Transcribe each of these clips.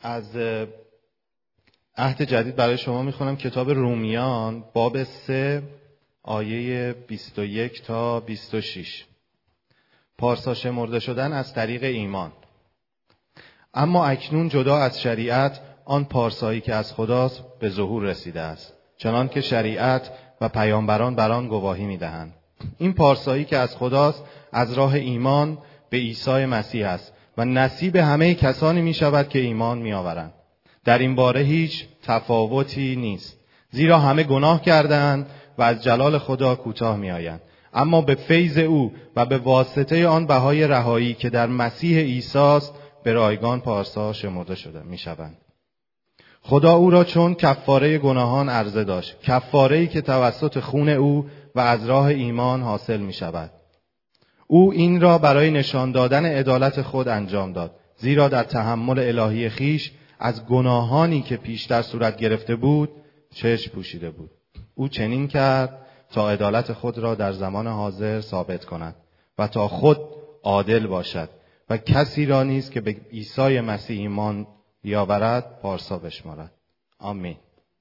از عهد جدید برای شما میخونم کتاب رومیان باب 3 آیه 21 تا 26. پارسا شمرده شدن از طریق ایمان. اما اکنون جدا از شریعت آن پارسایی که از خداست به ظهور رسیده است، چنان که شریعت و پیامبران بر آن گواهی میدهند. این پارسایی که از خداست از راه ایمان به عیسی مسیح است و نصیب همه کسانی می شود که ایمان می آورند. در این باره هیچ تفاوتی نیست، زیرا همه گناه کردند و از جلال خدا کوتاه می آیند. اما به فیض او و به واسطه آن بهای رهایی که در مسیح عیسی است به رایگان پارسا شمرده شده می شوند. خدا او را چون کفاره گناهان عرضه داشت، کفاره‌ای که توسط خون او و از راه ایمان حاصل می شود. او این را برای نشان دادن عدالت خود انجام داد، زیرا در تحمل الهی خیش از گناهانی که پیشتر صورت گرفته بود چشم پوشیده بود. او چنین کرد تا عدالت خود را در زمان حاضر ثابت کند و تا خود عادل باشد و کسی را نیز که به عیسی مسیح ایمان بیاورد پارسا بشمارد. آمین.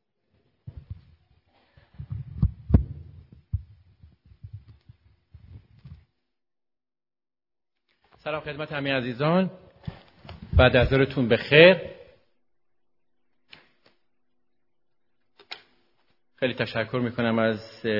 سلام خدمت همه عزیزان، بعد از ظهرتون بخیر. خیلی تشکر میکنم از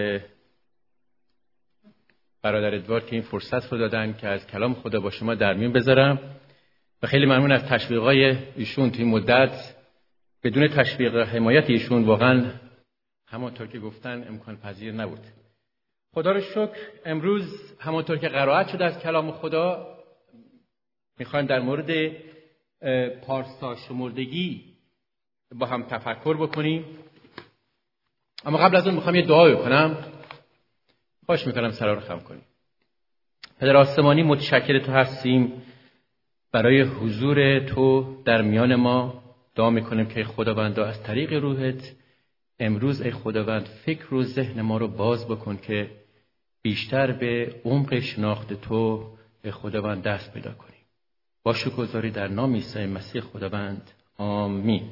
برادر ادوارد که این فرصت رو دادن که از کلام خدا با شما در میون بذارم و خیلی ممنون از تشویقای ایشون توی مدت. بدون تشویق و حمایت ایشون واقعا همانطور که گفتن امکان پذیر نبود. خدا رو شکر امروز همانطور که قرائت شده از کلام خدا میخوایم در مورد پارسا شمردگی با هم تفکر بکنیم. اما قبل از اون میخوام یه دعا بکنم. خواهش میکنم سرا رو خم کنیم. پدر آسمانی، متشکر تو هستیم برای حضور تو در میان ما. دعا میکنیم که خداوند از طریق روحت امروز ای خداوند فکر و ذهن ما رو باز بکن که بیشتر به عمق شناخت تو ای خداوند دست پیدا کنیم. با شکرگزاری در نام عیسی مسیح خداوند، آمین.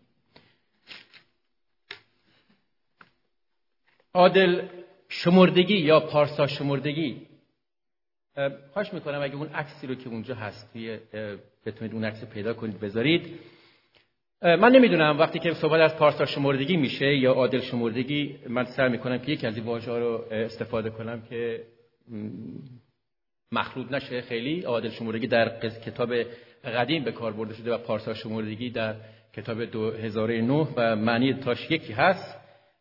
عادل شمردگی یا پارسا شمردگی. خواهش میکنم اگه اون عکسی رو که اونجا هست بتونید اون عکس پیدا کنید بذارید. من نمیدونم وقتی که صحبت از پارسا شمردگی میشه یا عادل شمردگی، من سعی میکنم که یکی از این واژه‌ها رو استفاده کنم که مخلوط نشه. خیلی عادل شمردگی در کتاب قدیم به کار برده شده و پارسا شمردگی در کتاب 2009 و معنی تاش یکی هست.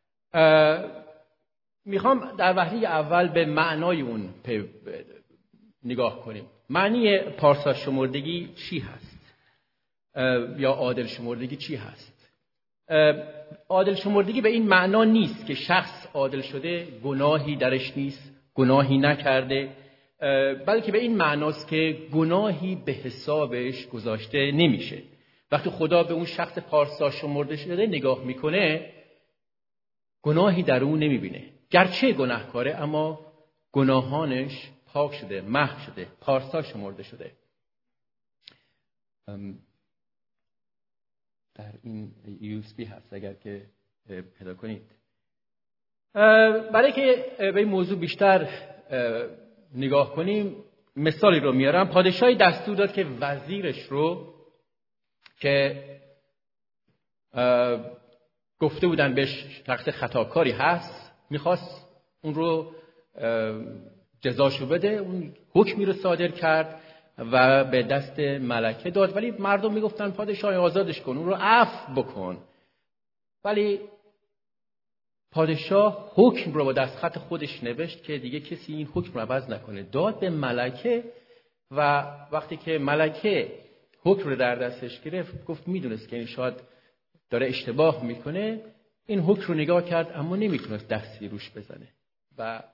میخوام در وهله اول به معنای اون نگاه کنیم. معنی پارسا شمردگی چی هست یا عادل شمردگی چی هست؟ عادل شمردگی به این معنا نیست که شخص عادل شده، گناهی درش نیست، گناهی نکرده، بلکه به این معناست که گناهی به حسابش گذاشته نمیشه. وقتی خدا به اون شخص پارسا شمرده شده نگاه میکنه، گناهی در اون نمیبینه. گرچه گناهکاره اما گناهانش پاک شده، محو شده، پارسا شمرده شده. در این USB هست اگر که پیدا کنید. برای که به این موضوع بیشتر نگاه کنیم مثالی رو میارم. پادشاهی دستور داد که وزیرش رو که گفته بودن بهش شخص خطاکاری هست، میخواست اون رو جزاشو بده. اون حکمی رو صادر کرد و به دست ملکه داد، ولی مردم میگفتن پادشاه آزادش کن، اون رو عفو بکن. ولی پادشاه حکم رو با دستخط خودش نوشت که دیگه کسی این حکم رو عوض نکنه، داد به ملکه. و وقتی که ملکه حکم رو در دستش گرفت، گفت میدونست که این شاید داره اشتباه میکنه. این حکم رو نگاه کرد اما نمیتونست دستی روش بزنه و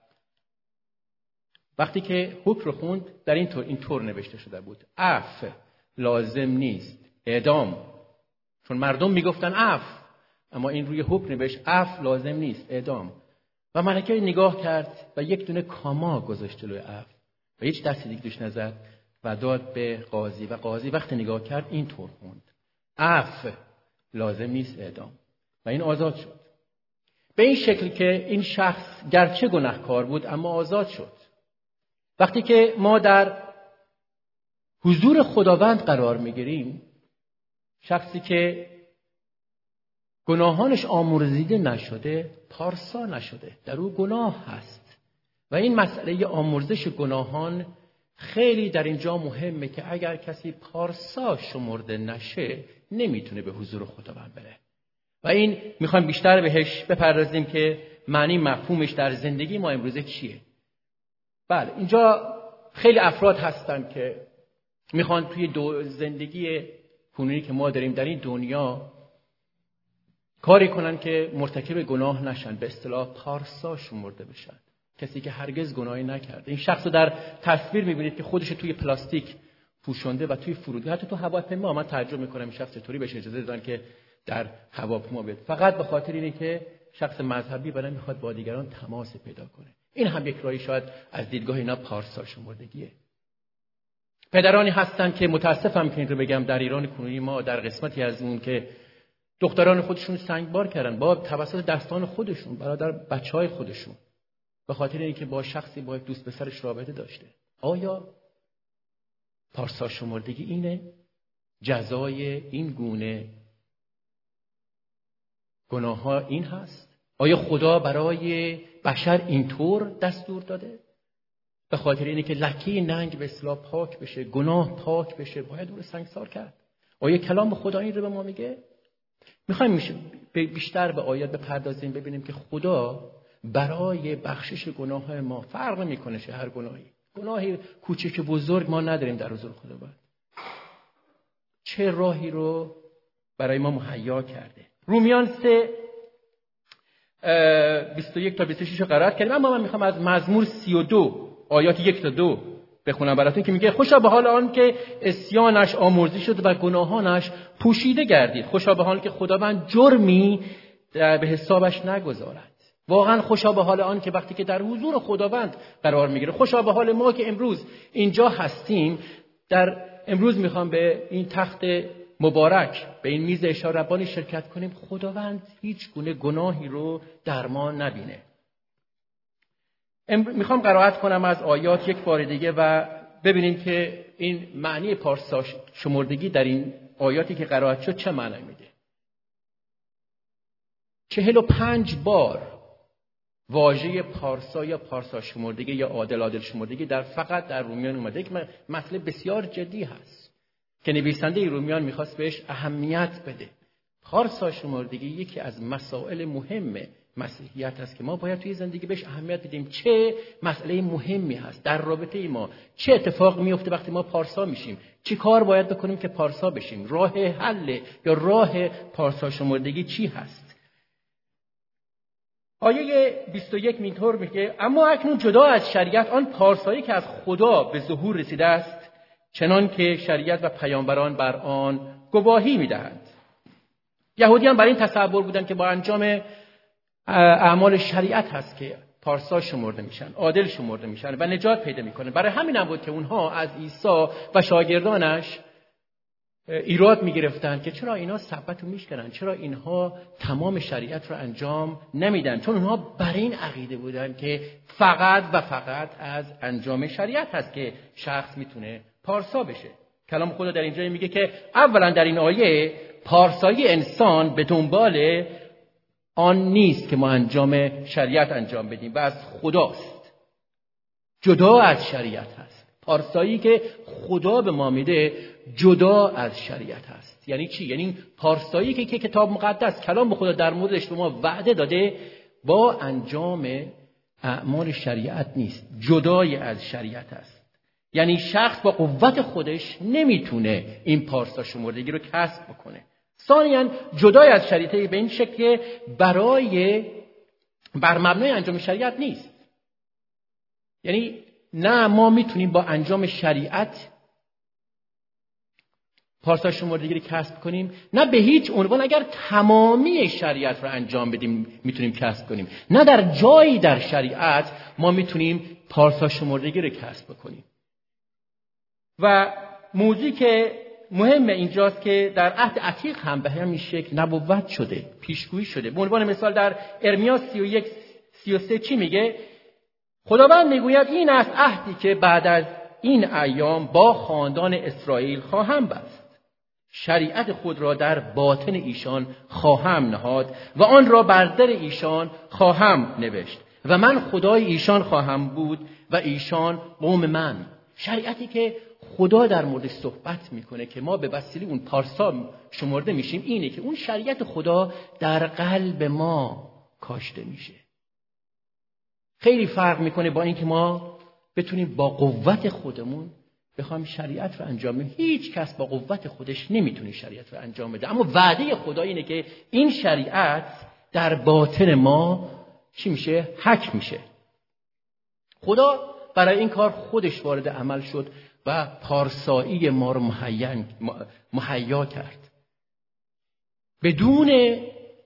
وقتی که حکم رو خوند در این طور نوشته شده بود: عفو لازم نیست، اعدام. چون مردم میگفتن عفو، اما این روی حکم نوشت عفو لازم نیست، اعدام. و ملکه نگاه کرد و یک دونه کاما گذاشت جلوی عفو و هیچ دستی دیگه توش نزد و داد به قاضی. و قاضی وقتی نگاه کرد این طور خوند: عفو لازم نیست اعدام و این آزاد شد. به این شکل که این شخص گرچه گناهکار بود اما آزاد شد. وقتی که ما در حضور خداوند قرار میگیریم، شخصی که گناهانش آمرزیده نشده، پارسا نشده، در او گناه هست و این مسئله آمرزش گناهان خیلی در اینجا مهمه که اگر کسی پارسا شمرده نشه نمیتونه به حضور خداوند بره و این میخوایم بیشتر بهش بپردازیم که معنی مفهومش در زندگی ما امروزه چیه. بله، اینجا خیلی افراد هستن که میخوان توی زندگی کنونی که ما داریم در این دنیا کاری کنن که مرتکب گناه نشن، به اصطلاح پارسا شمرده بشن، کسی که هرگز گناهی نکرده. این شخص رو در تصویر میبینید که خودش توی پلاستیک پوشونده و توی فرودگاه، حتی تو هواپیما، من تعجب میکنم این شخص چطوری بهش اجازه دادن که در هواپیما بیاد، فقط به خاطر اینه که شخص مذهبی برای میخواد با دیگران تماس پیدا کنه. این هم یک راهی شاید از دیدگاه اینا پارسا شمردگیه. پدرانی هستن که متاسفم که این رو بگم در ایران کنونی ما در قسمتی از اون که دختران خودشون سنگبار کردن با توسط دستان خودشون برادر بچهای خودشون به خاطر اینکه با شخصی با یک دوست پسرش رابطه داشته. آیا پارسا شمردگی اینه؟ جزای این گونه گناه ها این هست؟ آیا خدا برای بشر اینطور دستور داده؟ به خاطر اینه که لکه ننگ به اصطلاح پاک بشه، گناه پاک بشه، باید اون رو سنگسار کرد. آیا کلام خدا این رو به ما میگه؟ میخوایم بیشتر به آیات بپردازیم، ببینیم که خدا برای بخشش گناه ما فرق نمیکنه چه هر گناهی کوچک بزرگ ما نداریم در حضور خداوند. چه راهی رو برای ما مهیا کرده. رومیان 3 21 تا 26 رو قرائت کردیم، اما من میخوام از مزمور 32 آیات 1 تا 2 بخونم براتون که میگه خوشا به حال آن که عصیانش آمرزی شد و گناهانش پوشیده گردید. خوشا به حال که خداوند جرمی به حسابش نگذارد. واقعا خوشا به حال آن که وقتی که در حضور خداوند قرار میگیره، خوشا به حال ما که امروز اینجا هستیم. امروز میخوام به این تخت مبارک، به این میز اشاره ربانی شرکت کنیم. خداوند هیچ گونه گناهی رو در ما نبینه. میخوام قرائت کنم از آیات یک بار دیگه و ببینیم که این معنی پارسا شمردگی در این آیاتی که قرائت شد چه معنی میده. 45 بار واژه پارسا یا پارسا شمردگی یا عادل شمردگی فقط در رومیان اومده، یک مسئله بسیار جدی هست که نویسنده رومیان میخواست بهش اهمیت بده. پارسا شمردگی یکی از مسائل مهم مسیحیت هست که ما باید توی زندگی بهش اهمیت بدیم. چه مسئله مهمی هست در رابطه ما، چه اتفاق میفته وقتی ما پارسا میشیم، چی کار باید بکنیم که پارسا بشیم، راه حل یا راه پارسا شمردگی چی هست. آیه 21 اینطور میگه اما اکنون جدا از شریعت آن پارسایی که از خدا به ظهور رسیده است، چنان که شریعت و پیامبران بر آن گواهی میدهند. یهودیان برای این تصور بودن که با انجام اعمال شریعت هست که پارسا شمرده میشن، عادل شمرده میشن و نجات پیدا میکنه. برای همین هم بود که اونها از عیسی و شاگردانش ایراد میگرفتن که چرا اینا سبت رو میشکنن، چرا اینها تمام شریعت رو انجام نمیدن، چون اونها بر این عقیده بودن که فقط و فقط از انجام شریعت هست که شخص میتونه پارسا بشه. کلام خدا در اینجا میگه که اولا در این آیه پارسایی انسان به دنبال آن نیست که ما انجام شریعت انجام بدیم و از خداست، جدا از شریعت هست. پارسایی که خدا به ما میده جدا از شریعت هست. یعنی چی؟ یعنی پارسایی که کتاب مقدس کلام خدا در موردش به ما وعده داده با انجام اعمال شریعت نیست، جدای از شریعت هست. یعنی شخص با قوت خودش نمیتونه این پارسا شمردگی رو کسب بکنه. ثانیاً جدای از شریعت به این شکل بر مبنای انجام شریعت نیست. یعنی نه ما میتونیم با انجام شریعت پارسا شمردگی رو کسب کنیم، نه به هیچ عنوان اگر تمامی شریعت رو انجام بدیم میتونیم کسب کنیم، نه در جایی در شریعت ما میتونیم پارسا شمردگی رو کسب کنیم. و موضوعی که مهم اینجاست که در عهد عتیق هم به همین شکل نبوت شده، پیشگویی شده. به عنوان مثال در ارمیا 31:33 چی میگه؟ خداوند میگوید این است عهدی که بعد از این ایام با خاندان اسرائیل خواهم بست. شریعت خود را در باطن ایشان خواهم نهاد و آن را بر در ایشان خواهم نوشت و من خدای ایشان خواهم بود و ایشان قوم من. شریعتی که خدا در موردش صحبت میکنه که ما به وسیله اون پارسا شمرده میشیم اینه که اون شریعت خدا در قلب ما کاشته میشه. خیلی فرق میکنه با اینکه ما بتونیم با قوت خودمون بخوایم شریعت رو انجام بدیم. هیچ کس با قوت خودش نمیتونه شریعت رو انجام بده، اما وعده خدا اینه که این شریعت در باطن ما چی میشه؟ حک میشه. خدا برای این کار خودش وارد عمل شد و پارسایی ما رو مهیا کرد. بدون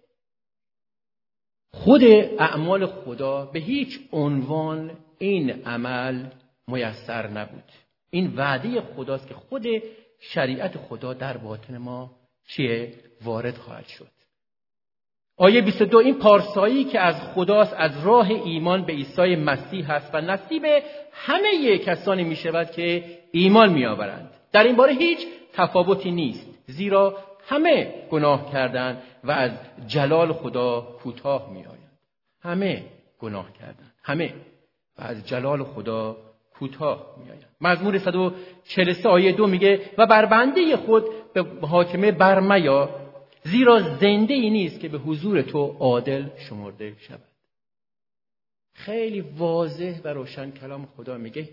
خود اعمال خدا به هیچ عنوان این عمل میسر نبود. این وعده خداست که خود شریعت خدا در باطن ما چیه؟ وارد خواهد شد. آیه 22 این پارسایی که از خداست از راه ایمان به عیسی مسیح هست و نصیب همه کسانی می شود که ایمان می آورند. در این باره هیچ تفاوتی نیست، زیرا همه گناه کردند و از جلال خدا کوتاه می آیند. همه گناه کردند، همه و از جلال خدا کوتاه می آیند. مزمور 143 آیه 2 میگه و بر بنده خود به محاکمه برمیا، زیرا زنده ای نیست که به حضور تو عادل شمرده شود. خیلی واضح و روشن کلام خدا میگه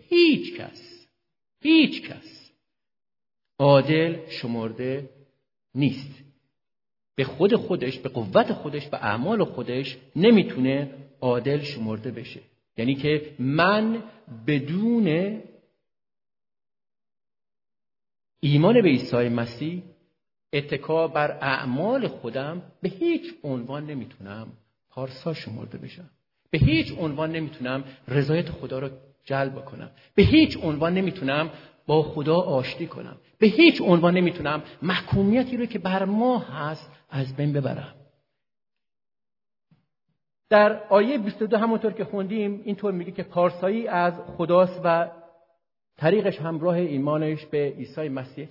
هیچ کس عادل شمرده نیست. به خود خودش، به قوت خودش، به اعمال خودش نمیتونه عادل شمرده بشه. یعنی که من بدون ایمان به عیسی مسیح، اتکا بر اعمال خودم، به هیچ عنوان نمیتونم پارسا شمرده بشم. به هیچ عنوان نمیتونم رضایت خدا رو جلب کنم. به هیچ عنوان نمیتونم با خدا آشتی کنم. به هیچ عنوان نمیتونم محکومیتی رو که بر ما هست از بین ببرم. در آیه 22 همونطور که خوندیم اینطور میگه که پارسایی از خداست و طریقش همراه ایمانش به عیسی مسیح.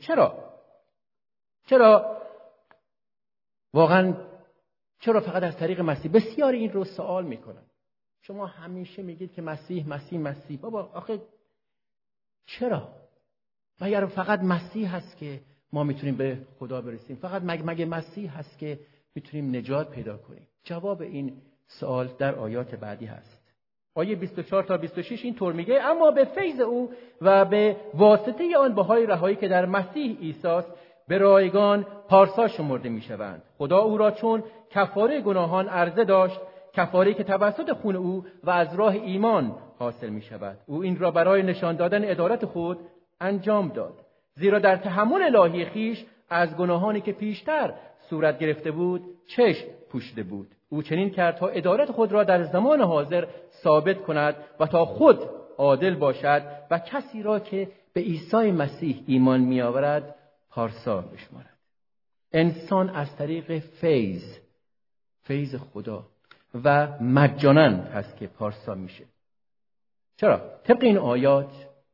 چرا واقعا فقط از طریق مسیح؟ بسیار این رو سوال میکنن. شما همیشه میگید که مسیح. بابا آخه چرا؟ مگر فقط مسیح هست که ما میتونیم به خدا برسیم؟ فقط مگه مسیح هست که میتونیم نجات پیدا کنیم؟ جواب این سوال در آیات بعدی هست. آیه 24 تا 26 این طور میگه اما به فیض او و به واسطه آن بهای رهایی که در مسیح عیسی است به رایگان پارسا شمرده میشوند. خدا او را چون کفاره گناهان عرضه داشت، کفاره‌ای که توسط خون او و از راه ایمان حاصل می شود. او این را برای نشان دادن عدالت خود انجام داد. زیرا در تحمل الهی خیش از گناهانی که پیشتر صورت گرفته بود چشم پوشیده بود. او چنین کرد تا عدالت خود را در زمان حاضر ثابت کند و تا خود عادل باشد و کسی را که به عیسی مسیح ایمان می آورد پارسا بشمارد. انسان از طریق فیض خدا و مجاناً هست که پارسا میشه. چرا؟ طبق این آیات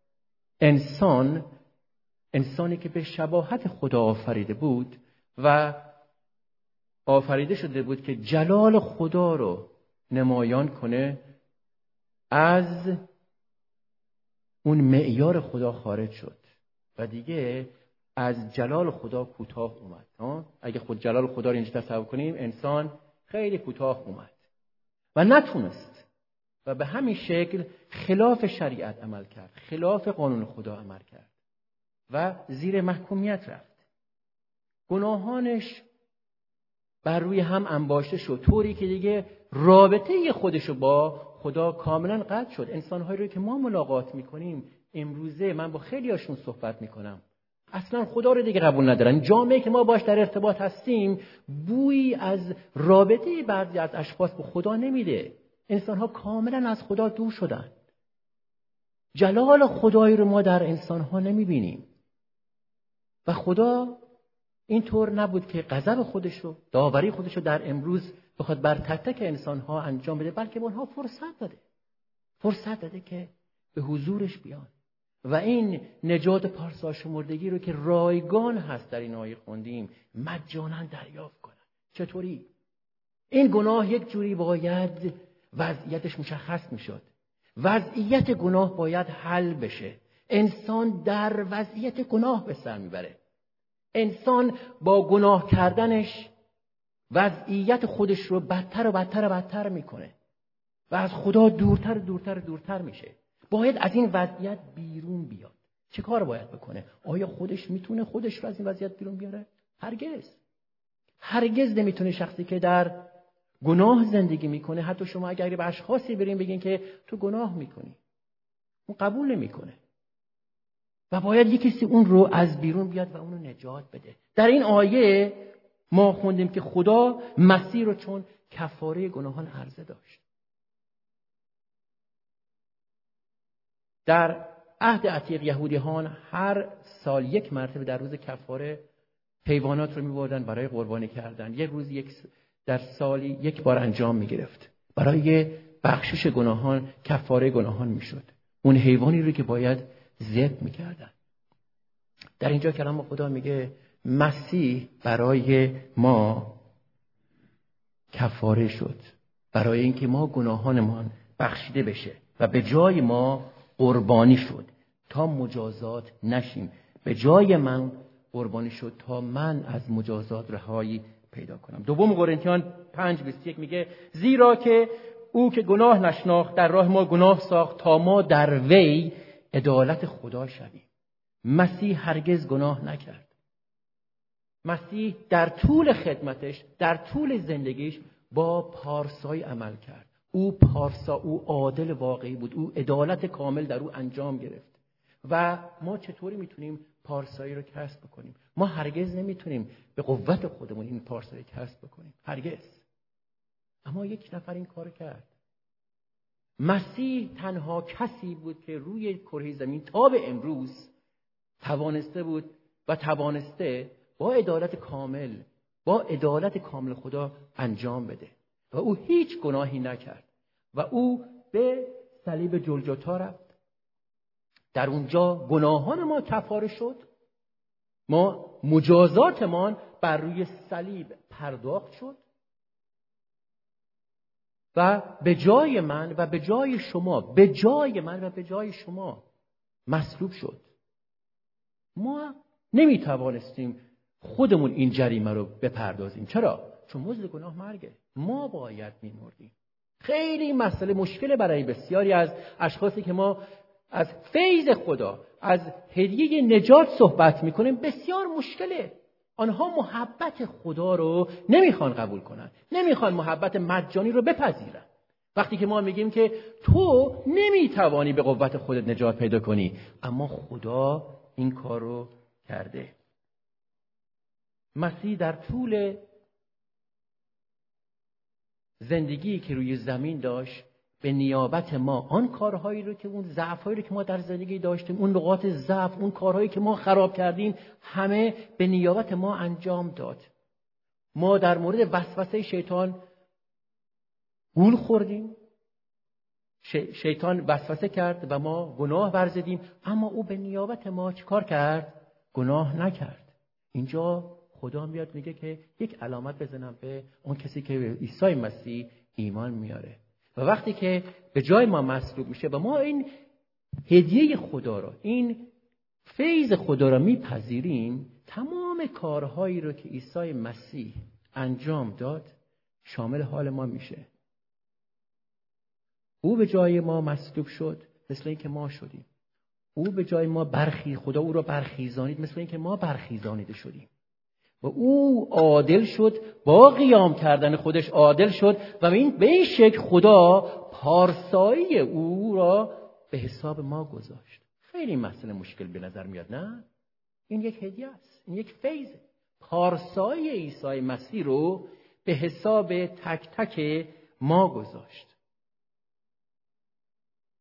انسانی که به شباهت خدا آفریده بود و آفریده شده بود که جلال خدا رو نمایان کنه، از اون معیار خدا خارج شد و دیگه از جلال خدا کوتاه اومد. اگه خود جلال خدا رو اینجا تصور کنیم، انسان خیلی کوتاه اومد و نتونست و به همین شکل خلاف شریعت عمل کرد، خلاف قانون خدا عمل کرد و زیر محکومیت رفت. گناهانش بر روی هم انباشته شد، طوری که دیگه رابطه خودشو با خدا کاملا قطع شد. انسان‌هایی رو که ما ملاقات می‌کنیم امروزه، من با خیلی‌هاشون صحبت می‌کنم، اصلا خدا رو دیگه قبول ندارن. جامعه که ما باش در ارتباط هستیم بویی از رابطه بعضی از اشخاص با خدا نمیده. انسان‌ها کاملا از خدا دور شدن. جلال خدایی رو ما در انسان‌ها نمی‌بینیم. و خدا اینطور نبود که غضب خودش رو، داوری خودش رو در امروز بخواد بر تک تک انسان‌ها انجام بده، بلکه به اونها فرصت داده که به حضورش بیان و این نجات پارسا شمردگی رو که رایگان هست در این آیه خوندیم مجانا دریافت کنن. چطوری؟ این گناه یک جوری باید وضعیتش مشخص میشد. وضعیت گناه باید حل بشه. انسان در وضعیت گناه به سر میبره. انسان با گناه کردنش وضعیت خودش رو بدتر و بدتر میکنه و از خدا دورتر میشه. باید از این وضعیت بیرون بیاد. چه کار باید بکنه؟ آیا خودش میتونه خودش رو از این وضعیت بیرون بیاره؟ هرگز نمیتونه. شخصی که در گناه زندگی میکنه، حتی شما اگر به اشخاصی بریم بگین که تو گناه میکنی، اون قبول نمیکنه و باید یک کسی اون رو از بیرون بیاد و اون رو نجات بده. در این آیه ما خوندیم که خدا مسیح رو چون کفاره گناهان عرضه داشت. در عهد عتیق یهودیان هر سال یک مرتبه در روز کفاره حیوانات رو می‌بردن برای قربانی کردن. یک روز در سالی یک بار انجام می‌گرفت. برای بخشش گناهان، کفاره گناهان می‌شد. اون حیوانی رو که باید ذبح می‌کردن. در اینجا کلام خدا میگه مسیح برای ما کفاره شد، برای اینکه ما گناهانمان بخشیده بشه و به جای ما قربانی شد تا مجازات نشیم. به جای من قربانی شد تا من از مجازات رهایی پیدا کنم. دوم قرنتیان 5:21 میگه زیرا که او که گناه نشناخت در راه ما گناه ساخت تا ما در وی عدالت خدا شویم. مسیح هرگز گناه نکرد. مسیح در طول خدمتش، در طول زندگیش با پارسایی عمل کرد. او پارسا، او عادل واقعی بود. او عدالت کامل در او انجام گرفت. و ما چطوری میتونیم پارسایی رو کسب بکنیم؟ ما هرگز نمیتونیم به قوت خودمون این پارسایی کسب بکنیم. هرگز. اما یک نفر این کار کرد. مسیح تنها کسی بود که روی کره زمین تا به امروز توانسته بود و توانسته با عدالت کامل خدا انجام بده و او هیچ گناهی نکرد و او به صلیب جلجتا رفت. در اونجا گناهان ما کفاره شد. ما مجازاتمان بر روی صلیب پرداخت شد و به جای من و به جای شما مصلوب شد. ما نمیتوانستیم خودمون این جریمه رو بپردازیم. چرا؟ چون مزد گناه مرگه. ما باید میمردیم. خیلی مسئله مشکله برای بسیاری از اشخاصی که ما از فیض خدا، از هدیه نجات صحبت میکنیم. بسیار مشکله. آنها محبت خدا رو نمیخوان قبول کنن، نمیخوان محبت مجانی رو بپذیرن. وقتی که ما میگیم که تو نمیتوانی به قوت خودت نجات پیدا کنی، اما خدا این کار رو کرده. مسیح در طول زندگی که روی زمین داشت به نیابت ما آن کارهایی رو که اون ضعف‌هایی رو که ما در زندگی داشتیم، اون نقاط ضعف، اون کارهایی که ما خراب کردیم، همه به نیابت ما انجام داد. ما در مورد وسوسه شیطان گول خوردیم، شیطان وسوسه کرد و ما گناه ورزیدیم، اما او به نیابت ما چیکار کرد؟ گناه نکرد. اینجا خدا میاد میگه که یک علامت بزنم به اون کسی که به عیسی مسیح ایمان میاره و وقتی که به جای ما مصلوب میشه و ما این هدیه خدا رو، این فیض خدا رو میپذیریم، تمام کارهایی رو که عیسی مسیح انجام داد شامل حال ما میشه. او به جای ما مصلوب شد مثل اینکه ما شدیم. او به جای ما خدا او را برخیزانید مثل اینکه ما برخیزانیده شدیم. و او عادل شد، با قیام کردن خودش عادل شد و به این شکل خدا پارسایی او را به حساب ما گذاشت. خیلی مسئله مشکل به نظر میاد، نه؟ این یک هدیه است، این یک فیضه. پارسایی عیسی مسیح رو به حساب تک تک ما گذاشت.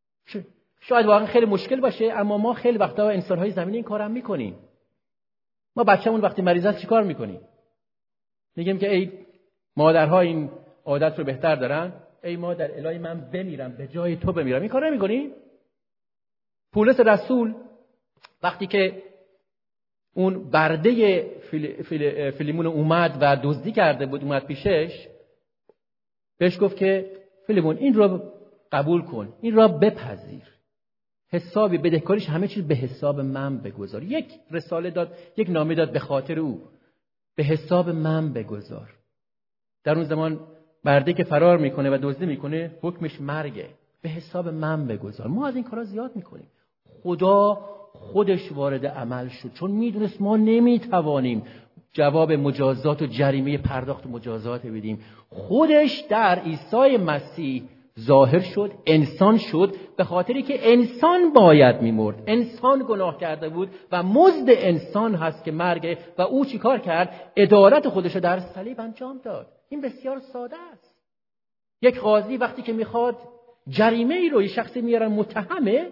شاید واقعا خیلی مشکل باشه، اما ما خیلی وقتا انسان‌های زمینی این کارو هم می‌کنیم. ما بچه‌مون وقتی مریض است چیکار میکنیم؟ میگیم که ای مادرها این عادت رو بهتر دارن، ای مادر الهی من بمیرم به جای تو بمیرم. این کار نمی‌کنی؟ پولس رسول وقتی که اون برده فیلیمون اومد و دزدی کرده بود، اومد پیشش، بهش گفت که فیلیمون این رو قبول کن، این را بپذیر، حسابی بدهکاریش همه چیز به حساب من بگذار. یک رساله داد، یک نامه داد به خاطر او، به حساب من بگذار. در اون زمان برده که فرار میکنه و دزدی میکنه حکمش مرگه. به حساب من بگذار. ما از این کارا زیاد میکنیم. خدا خودش وارد عمل شد چون میدونست ما نمیتوانیم جواب مجازات و جریمه پرداخت مجازات بدیم. خودش در عیسی مسیح ظاهر شد، انسان شد، به خاطری که انسان باید میمرد. انسان گناه کرده بود و مزد انسان هست که مرگ، و او چی کار کرد؟ عدالت خودش رو در صلیب انجام داد. این بسیار ساده است. یک قاضی وقتی که میخواد جریمه ای رو یه شخصی میارن متهمه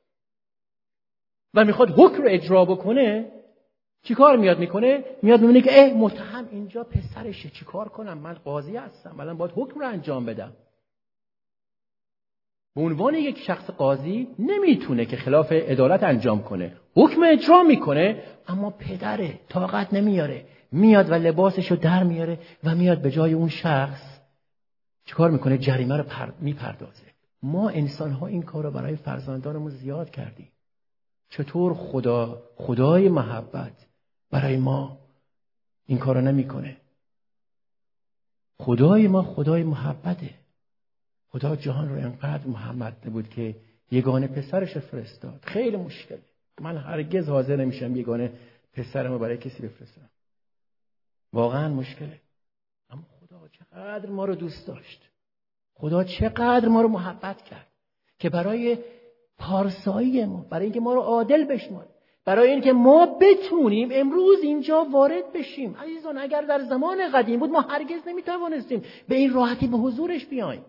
و میخواد حکم رو اجرا بکنه، چی کار میکنه؟ میاد میبینه که متهم اینجا پسرشه، چی کار کنم؟ من قاضی هستم، الان باید حکم رو انجام بدم. به عنوان یک شخص قاضی نمیتونه که خلاف عدالت انجام کنه، حکم اجرا میکنه، اما پدره طاقت نمیاره، میاد و لباسشو در میاره و میاد به جای اون شخص چیکار میکنه؟ جریمه رو میپردازه. ما انسان ها این کار رو برای فرزندانمون زیاد کردیم. چطور خدای محبت برای ما این کار رو نمیکنه؟ خدای ما خدای محبته. خدا جهان رو انقدر محبت بود که یگانه پسرش فرستاد. خیلی مشکله. من هرگز حاضر نمیشم یگانه پسرمو برای کسی بفرستم. واقعا مشکله. اما خدا چقدر ما رو دوست داشت. خدا چقدر ما رو محبت کرد که برای پارسایی ما، برای اینکه ما رو عادل بشماره، برای اینکه ما بتونیم امروز اینجا وارد بشیم. عزیزان اگر در زمان قدیم بود ما هرگز نمیتوانستیم به این راحتی به حضورش بیاییم.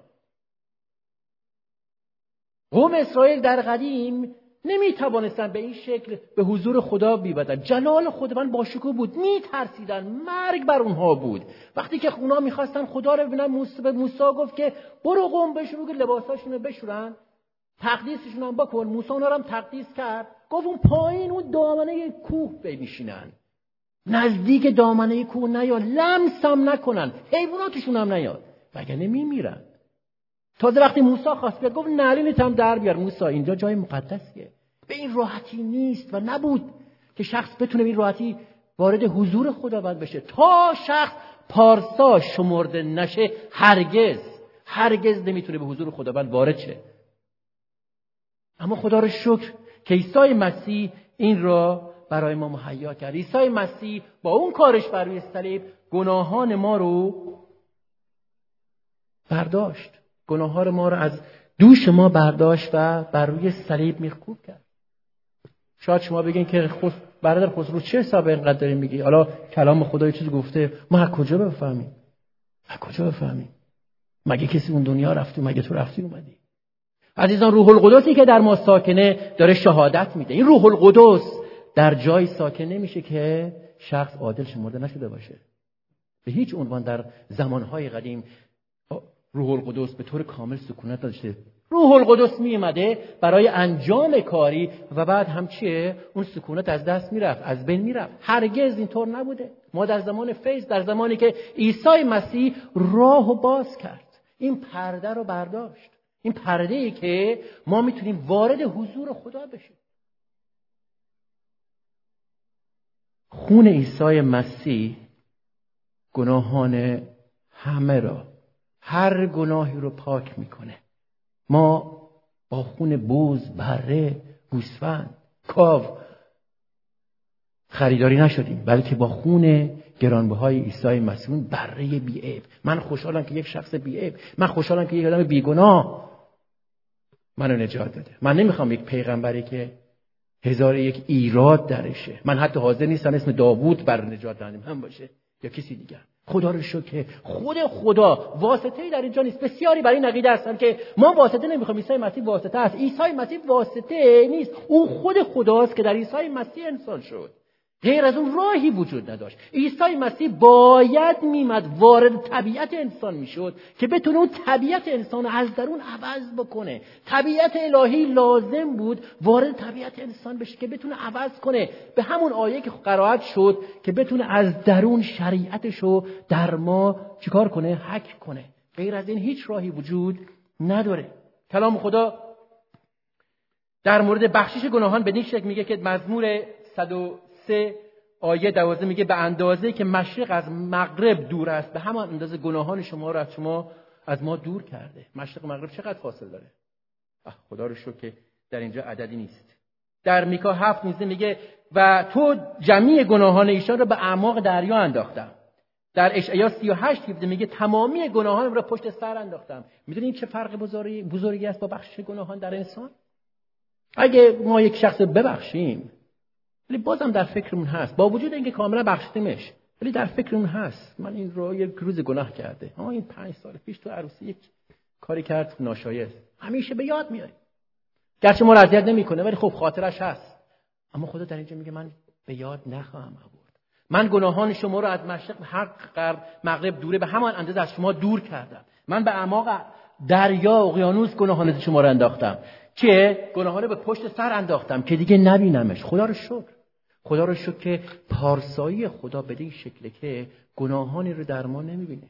قوم اسرائیل در قدیم نمیتوانستن به این شکل به حضور خدا بیایند. جلال خداوند با شکوه بود، میترسیدن، مرگ بر اونها بود. وقتی که اونا میخواستن خدا رو ببینن، موسی گفت که برو قوم بشون که لباساشون رو بشورن، تقدیسشون هم بکن. موسی اونا رو هم تقدیس کرد، گفت اون پایین اون دامنه کوه بنشینن، نزدیک دامنه کوه نیاد، لمس هم نکنن، حیواناتشون هم نیاد، وگرنه میمیرن. تازه وقتی موسی خواست بیاد گفت نعلینت هم در بیار. موسی اینجا جای مقدسیه. به این راحتی نیست و نبود که شخص بتونه به این راحتی وارد حضور خداوند بشه. تا شخص پارسا شمرده نشه هرگز نمیتونه به حضور خداوند وارد شه. اما خدا رو شکر که عیسی مسیح این را برای ما مهیا کرد. عیسی مسیح با اون کارش بر روی صلیب گناهان ما رو برداشت. گناهان ما رو از دوش ما برداشت و بر روی صلیب میخکوب کرد. شاید شما بگین که برادر خسرو چه حساب اینقدر داریم میگی؟ حالا کلام خدا یه چیزی گفته، ما از کجا بفهمیم؟ مگه کسی اون دنیا رفته؟ مگه تو رفتی اومدی؟ عزیزان روح القدسی که در ما ساکنه داره شهادت میده. این روح القدس در جای ساکن نمیشه که شخص عادل شمرده نشده باشه. به هیچ عنوان در زمانهای قدیم روح القدس به طور کامل سکونت داشته. روح القدس میومده برای انجام کاری و بعد هم چیه؟ اون سکونت از دست میرفت، از بین میرفت. هرگز اینطور نبوده. ما در زمان فیض، در زمانی که عیسی مسیح راهو باز کرد، این پرده رو برداشت. این پرده‌ای که ما میتونیم وارد حضور خدا بشیم. خون عیسی مسیح گناهان همه را، هر گناهی رو پاک میکنه. ما با خون بز، بره، گوسفند، کاو خریداری نشدیم، بلکه با خون گرانبهای عیسی مسیح، بره بی‌عیب. من خوشحالم که یک شخص بی‌عیب، من خوشحالم که یک آدم بیگناه منو نجات داده. من نمیخوام یک پیغمبری که 1001 ایراد درشه. من حتی حاضر نیستم اسم داوود بر نجات دهنده من باشه یا کسی دیگر. خدا رو شکر که خدا واسطه‌ای در اینجا نیست. بسیاری برای این عقیده هستن که ما واسطه نمیخوام، عیسی مسیح واسطه است. عیسی مسیح واسطه نیست، او خود خداست که در عیسی مسیح انسان شد. غیر از اون راهی وجود نداشت. عیسی مسیح باید میمد وارد طبیعت انسان میشد که بتونه اون طبیعت انسان رو از درون عوض بکنه. طبیعت الهی لازم بود وارد طبیعت انسان بشه که بتونه عوض کنه. به همون آیه که قرائت شد که بتونه از درون شریعتشو در ما چیکار کنه؟ حک کنه. غیر از این هیچ راهی وجود نداره. کلام خدا در مورد بخشش گناهان به این شکل میگه که مزمور 103 آیه 12 میگه به اندازه که مشرق از مغرب دور است به همان اندازه گناهان شما را از ما دور کرده. مشرق و مغرب چقدر فاصله داره؟ خدا رو شکر که در اینجا عددی نیست. در میکا 7 میگه و تو جمیع گناهان ایشان را به اعماق دریا انداختم. در اشعیا 38 میگه تمامی گناهان را پشت سر انداختم. میدونید چه فرق بزرگی است با بخشش گناهان در انسان؟ اگه ما یک شخص ببخشیم ولی بازم در فکرمون هست، با وجود اینکه کاملا بخشیدیمش ولی در فکرمون هست من این رو یک روز گناه کرده، این 5 سال پیش تو عروسی یک کاری کرد ناشایست، همیشه به یاد میاریم. گرچه ما رو اذیت نمیکنه ولی خب خاطرش هست. اما خدا در اینجا میگه من به یاد نخواهم آورد. من گناهان شما رو از مشرق غرب مغرب دوره به همان اندازه از شما دور کردم. من به اعماق دریا و اقیانوس گناهان شما رو انداختم. که گناهان رو به پشت سر انداختم که دیگه نبینمش. خدا رو شکر. خدا رو شکر که پارسایی خدا به این شکله که گناهانی رو در ما نمیبینه.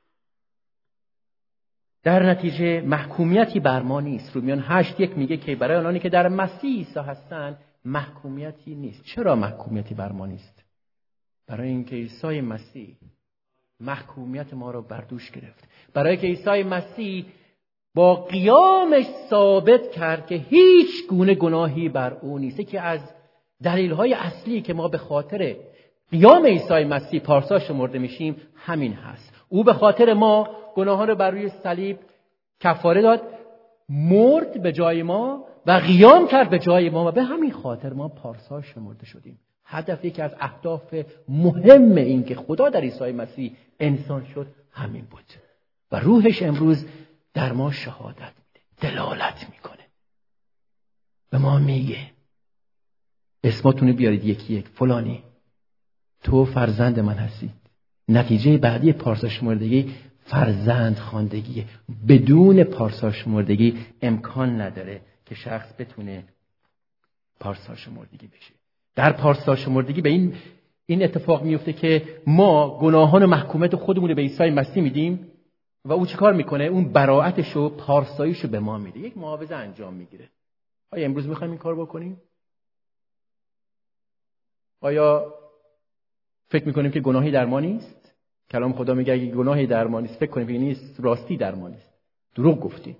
در نتیجه محکومیتی بر ما نیست. رومیان 8:1 میگه که برای آنانی که در مسیح عیسی هستن محکومیتی نیست. چرا محکومیتی بر ما نیست؟ برای اینکه عیسی مسیح محکومیت ما رو بر دوش گرفت. برای که عیسی مسیح با قیامش ثابت کرد که هیچ گونه گناهی بر او نیست. که از دلیل‌های اصلی که ما به خاطر قیام عیسی مسیح پارسا شمرده میشیم همین هست. او به خاطر ما گناهان رو بر روی صلیب کفاره داد، مرد به جای ما و قیام کرد به جای ما و به همین خاطر ما پارسا شمرده شدیم. هدف یکی از اهداف مهم این که خدا در عیسی مسیح انسان شد همین بود و روحش امروز در ما شهادت میده، دلالت میکنه، به ما میگه اسماتونو بیارید یکی یک، فلانی تو فرزند من هستی. نتیجه بعدی پارسا شمردگی فرزند خواندگیه. بدون پارسا شمردگی امکان نداره که شخص بتونه پارسا شمردگی بشه. در پارسا شمردگی به این اتفاق میفته که ما گناهان و محکومیت خودمون رو به عیسی مسیح میدیم و او چیکار میکنه؟ اون براءتش و پارساییش رو به ما میده، یک معاوضه انجام میگیره. آیا امروز میخوایم این کار بکنیم؟ آیا فکر میکنیم که گناهی در ما نیست؟ کلام خدا میگه اگه گناهی در ما نیست فکر کنیم که نیست، راستی در ما نیست، دروغ گفتیم.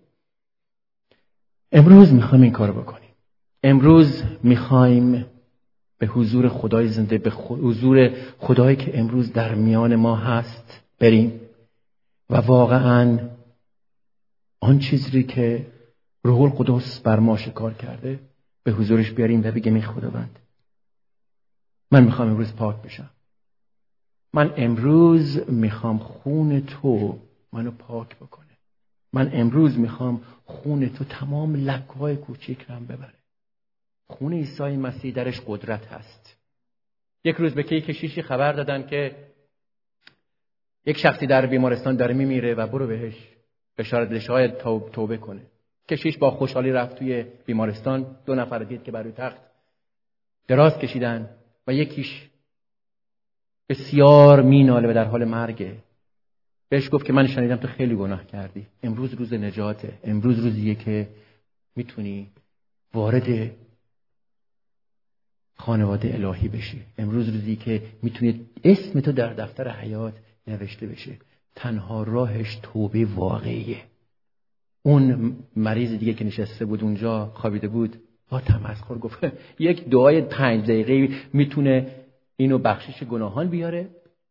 امروز میخوایم این کار بکنیم. امروز میخوایم به حضور خدای زنده، به حضور خدایی که امروز در میان ما هست بریم و واقعاً آن چیزی که روح القدس بر ما شکار کرده به حضورش بیاریم و بگیم ای خداوند من میخوام امروز پاک بشم. من امروز میخوام خون تو منو پاک بکنه. من امروز میخوام خون تو تمام لکه‌های کوچیکم ببره. خون عیسی مسیح درش قدرت هست. یک روز به کشیشی خبر دادن که یک شخصی در بیمارستان داره میمیره و برو بهش بشارت بده شاید توبه کنه. کشیش با خوشحالی رفت توی بیمارستان. 2 نفر دید که بر روی تخت دراز کشیدن و یکیش بسیار میناله و در حال مرگه. بهش گفت که من شنیدم تو خیلی گناه کردی. امروز روز نجاته. امروز روزیه که میتونی وارد خانواده الهی بشی. امروز روزی که میتونی اسم تو در دفتر حیات نوشته بشه. تنها راهش توبه واقعیه. اون مریض دیگه که نشسته بود اونجا خوابیده بود با تمسخر گفت یک دعای 5 دقیقه‌ای میتونه اینو بخشش گناهان بیاره؟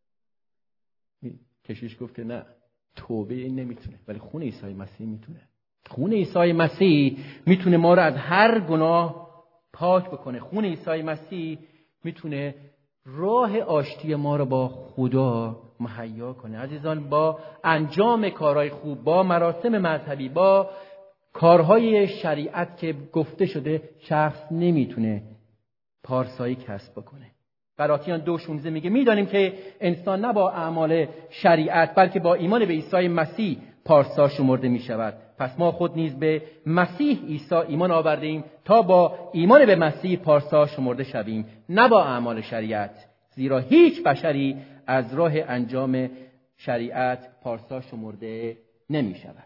کشیش گفت که نه، توبه این نمیتونه ولی خون عیسی مسیح میتونه. خون عیسی مسیح میتونه ما رو از هر گناه پاک بکنه. خون عیسی مسیح میتونه راه آشتی ما رو با خدا مهیا کنه. عزیزان با انجام کارهای خوب، با مراسم مذهبی، با کارهای شریعت که گفته شده شخص نمیتونه پارسایی کسب بکنه. غلاطیان 2:16 میگه میدانیم که انسان نه با اعمال شریعت بلکه با ایمان به عیسی مسیح پارسا شمرده می شود. پس ما خود نیز به مسیح عیسی ایمان آورده ایم تا با ایمان به مسیح پارسا شمرده شویم، نه با اعمال شریعت، زیرا هیچ بشری از راه انجام شریعت پارسا شمرده نمی شود.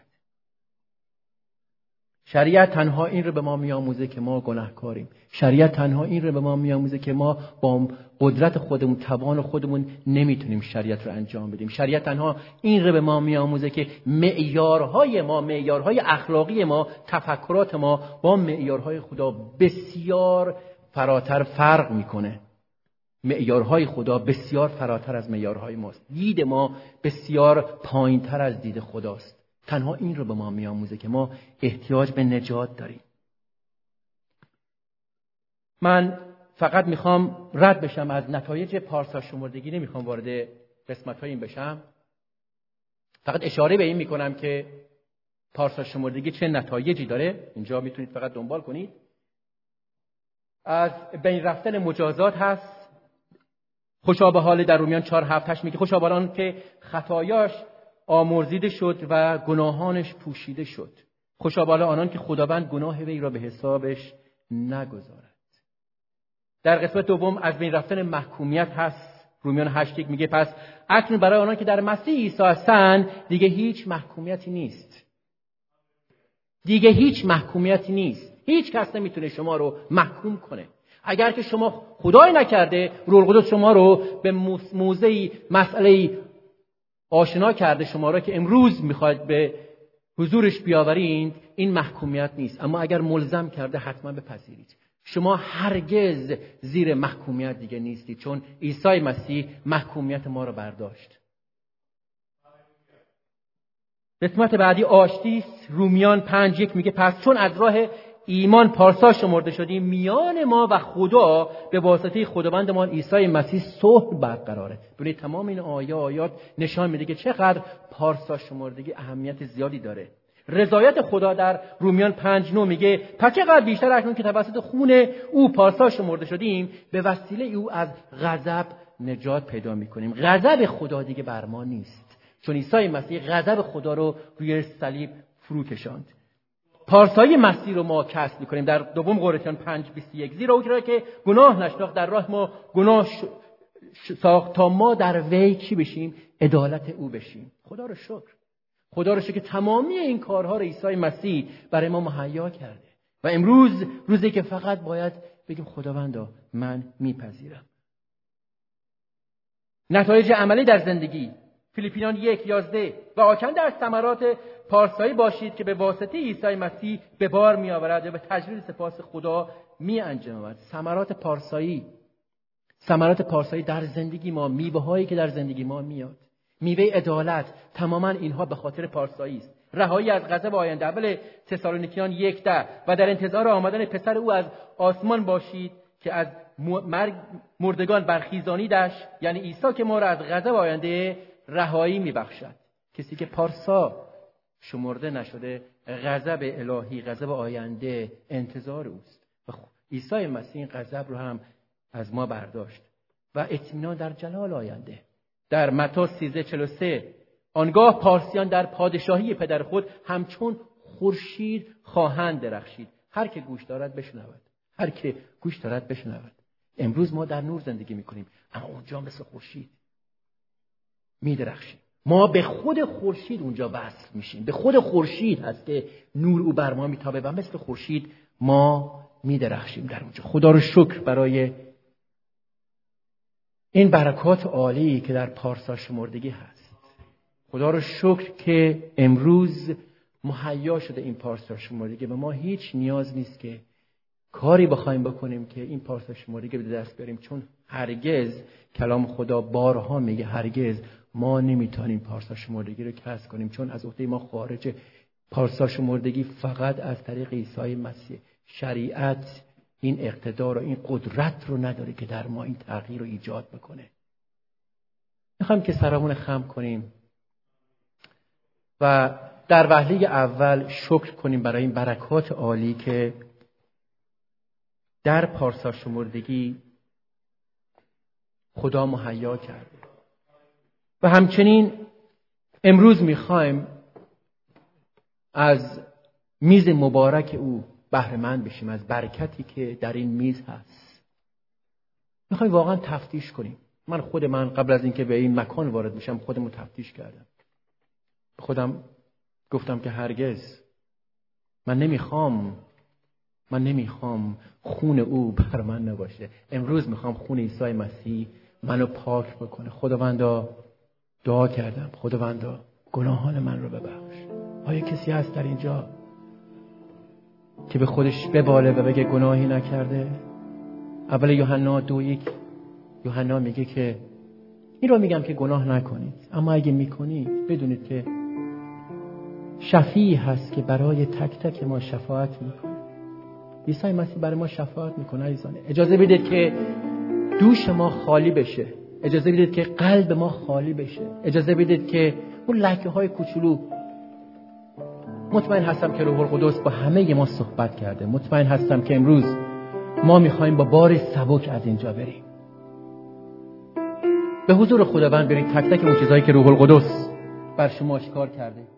شریعت تنها این رو به ما میآموزه که ما گناهکاریم. شریعت تنها این رو به ما میآموزه که ما با قدرت خودمون، توان خودمون نمیتونیم شریعت رو انجام بدیم. شریعت تنها این رو به ما میآموزه که معیارهای ما، معیارهای اخلاقی ما، تفکرات ما با معیارهای خدا بسیار فراتر فرق میکنه. معیارهای خدا بسیار فراتر از معیارهای ماست. دید ما بسیار پایینتر از دید خداست. تنها این رو به ما میآموزه که ما احتیاج به نجات داریم. من فقط میخوام رد بشم از نتایج پارسا شمردگی، نمیخوام وارد قسمت‌های این بشم. فقط اشاره به این میکنم که پارسا شمردگی چه نتایجی داره. اینجا میتونید فقط دنبال کنید. از بین رفتن مجازات هست. خوشا به حال در رومیان 4:7 میگه خوشا به آن که خطایاش آمرزیده شد و گناهانش پوشیده شد. خوشا به حال آنان که خداوند گناه وی را به حسابش نگذارد. در قسمت دوم از بین رفتن محکومیت هست. رومیان 8:1 میگه پس اکنون برای آنان که در مسیح عیسی هستند دیگه هیچ محکومیتی نیست. دیگه هیچ محکومیتی نیست. هیچ کس نمیتونه شما رو محکوم کنه. اگر که شما خدای نکرده روح القدس شما رو به موضعی مسئله‌ای آشنا کرده، شما را که امروز میخواید به حضورش بیاورید، این محکومیت نیست. اما اگر ملزم کرده حتما بپذیرید. شما هرگز زیر محکومیت دیگه نیستید، چون عیسی مسیح محکومیت ما را برداشت. قسمت بعدی آشتی است. رومیان 5:1 میگه پس چون از راه ایمان پارسا شمرده شدیم، میان ما و خدا به واسطه خداوندمان عیسی مسیح صلح برقراره. ببینید تمام این آیات نشان میده که چقدر پارسا شمردگی اهمیت زیادی داره. رضایت خدا در رومیان 5:9 میگه پس چقدر بیشتر اکنون که توسط خون او پارسا شمرده شدیم، به وسیله او از غضب نجات پیدا میکنیم. غضب خدا دیگه بر ما نیست، چون عیسی مسیح غضب خدا رو روی صلیب فرو کشاند. پارسایی مسیح رو ما کسب می‌کنیم. در دوم قرنتیان 5:21 زیرا او که گناه نشناخت در راه ما گناه ساخت تا ما در وی چی بشیم؟ عدالت او بشیم. خدا رو شکر. خدا رو شکر که تمامی این کارها رو عیسی مسیح برای ما مهیا کرده و امروز روزی که فقط باید بگیم خداوندا من میپذیرم. نتایج عملی در زندگی فیلیپیان 1:11 و آکنده از ثمرات پارسایی باشید که به واسطه عیسی مسیح به بار می آورد و به تجرید سپاس خدا می انجامد. ثمرات پارسایی در زندگی ما، میوه هایی که در زندگی ما میاد، میوه عدالت، تماما اینها به خاطر پارسایی است. رهایی از غضب آینده. اول تسالونیکیان 1:10 و در انتظار آمدن پسر او از آسمان باشید که از مردگان برخیزانیدش، یعنی عیسی که ما را از غضب آینده رهایی میبخشد. کسی که پارسا شمرده نشده، غضب الهی، غضب آینده انتظار اوست و عیسی مسیح این غضب رو هم از ما برداشت و اطمینان در جلال آینده. در متی 13:43 آنگاه پارسیان در پادشاهی پدر خود همچون خورشید خواهند درخشید. هر که گوش دارد بشنود. هر که گوش دارد بشنود. امروز ما در نور زندگی میکنیم، اما اونجا مثل خورشید میدرخشیم. ما به خود خورشید اونجا وصل میشیم. به خود خورشید هست که نور او بر ما میتابه و مثل خورشید ما میدرخشیم در اونجا. خدا رو شکر برای این برکات عالی که در پارسا شمردگی هست. خدا رو شکر که امروز مهیا شده این پارسا شمردگی و ما هیچ نیاز نیست که کاری بخوایم بکنیم که این پارسا شمردگی به دست بیاریم، چون هرگز کلام خدا بارها میگه هرگز ما نمیتونیم پارسا شمردگی رو کسب کنیم، چون از عهده ما خارجه. پارسا شمردگی فقط از طریق عیسی مسیح. شریعت این اقتدار و این قدرت رو نداره که در ما این تغییر رو ایجاد بکنه. میخوایم که سرمون خم کنیم و در وهله اول شکر کنیم برای این برکات عالی که در پارسا شمردگی خدا مهیا کرده. و همچنین امروز میخوایم از میز مبارک او بهره مند بشیم، از برکتی که در این میز هست. میخوایم واقعا تفتیش کنیم. من قبل از اینکه به این مکان وارد بشم خودمو تفتیش کردم. خودم گفتم که هرگز من نمیخوام خون او بر من نباشه. امروز میخوام خون عیسی مسیح منو پاک بکنه. خداوندا دعا کردم، خداوندا گناهان من رو ببخش. آیا کسی هست در اینجا که به خودش بباله و بگه گناهی نکرده؟ اول یوحنا 2:1 یوحنا میگه که این رو میگم که گناه نکنید، اما اگه میکنید بدونید که شفیع هست که برای تک تک ما شفاعت میکنه. عیسی مسیح برای ما شفاعت میکنه. عزیزان اجازه بدید که دوش ما خالی بشه، اجازه بدید که قلب ما خالی بشه، اجازه بدید که اون لکه های کوچولو، مطمئن هستم که روح القدس با همه ما صحبت کرده. مطمئن هستم که امروز ما میخوایم با بار سبک از اینجا بریم، به حضور خداوند برید، تک تک اون چیزایی که روح القدس بر شما آشکار کرده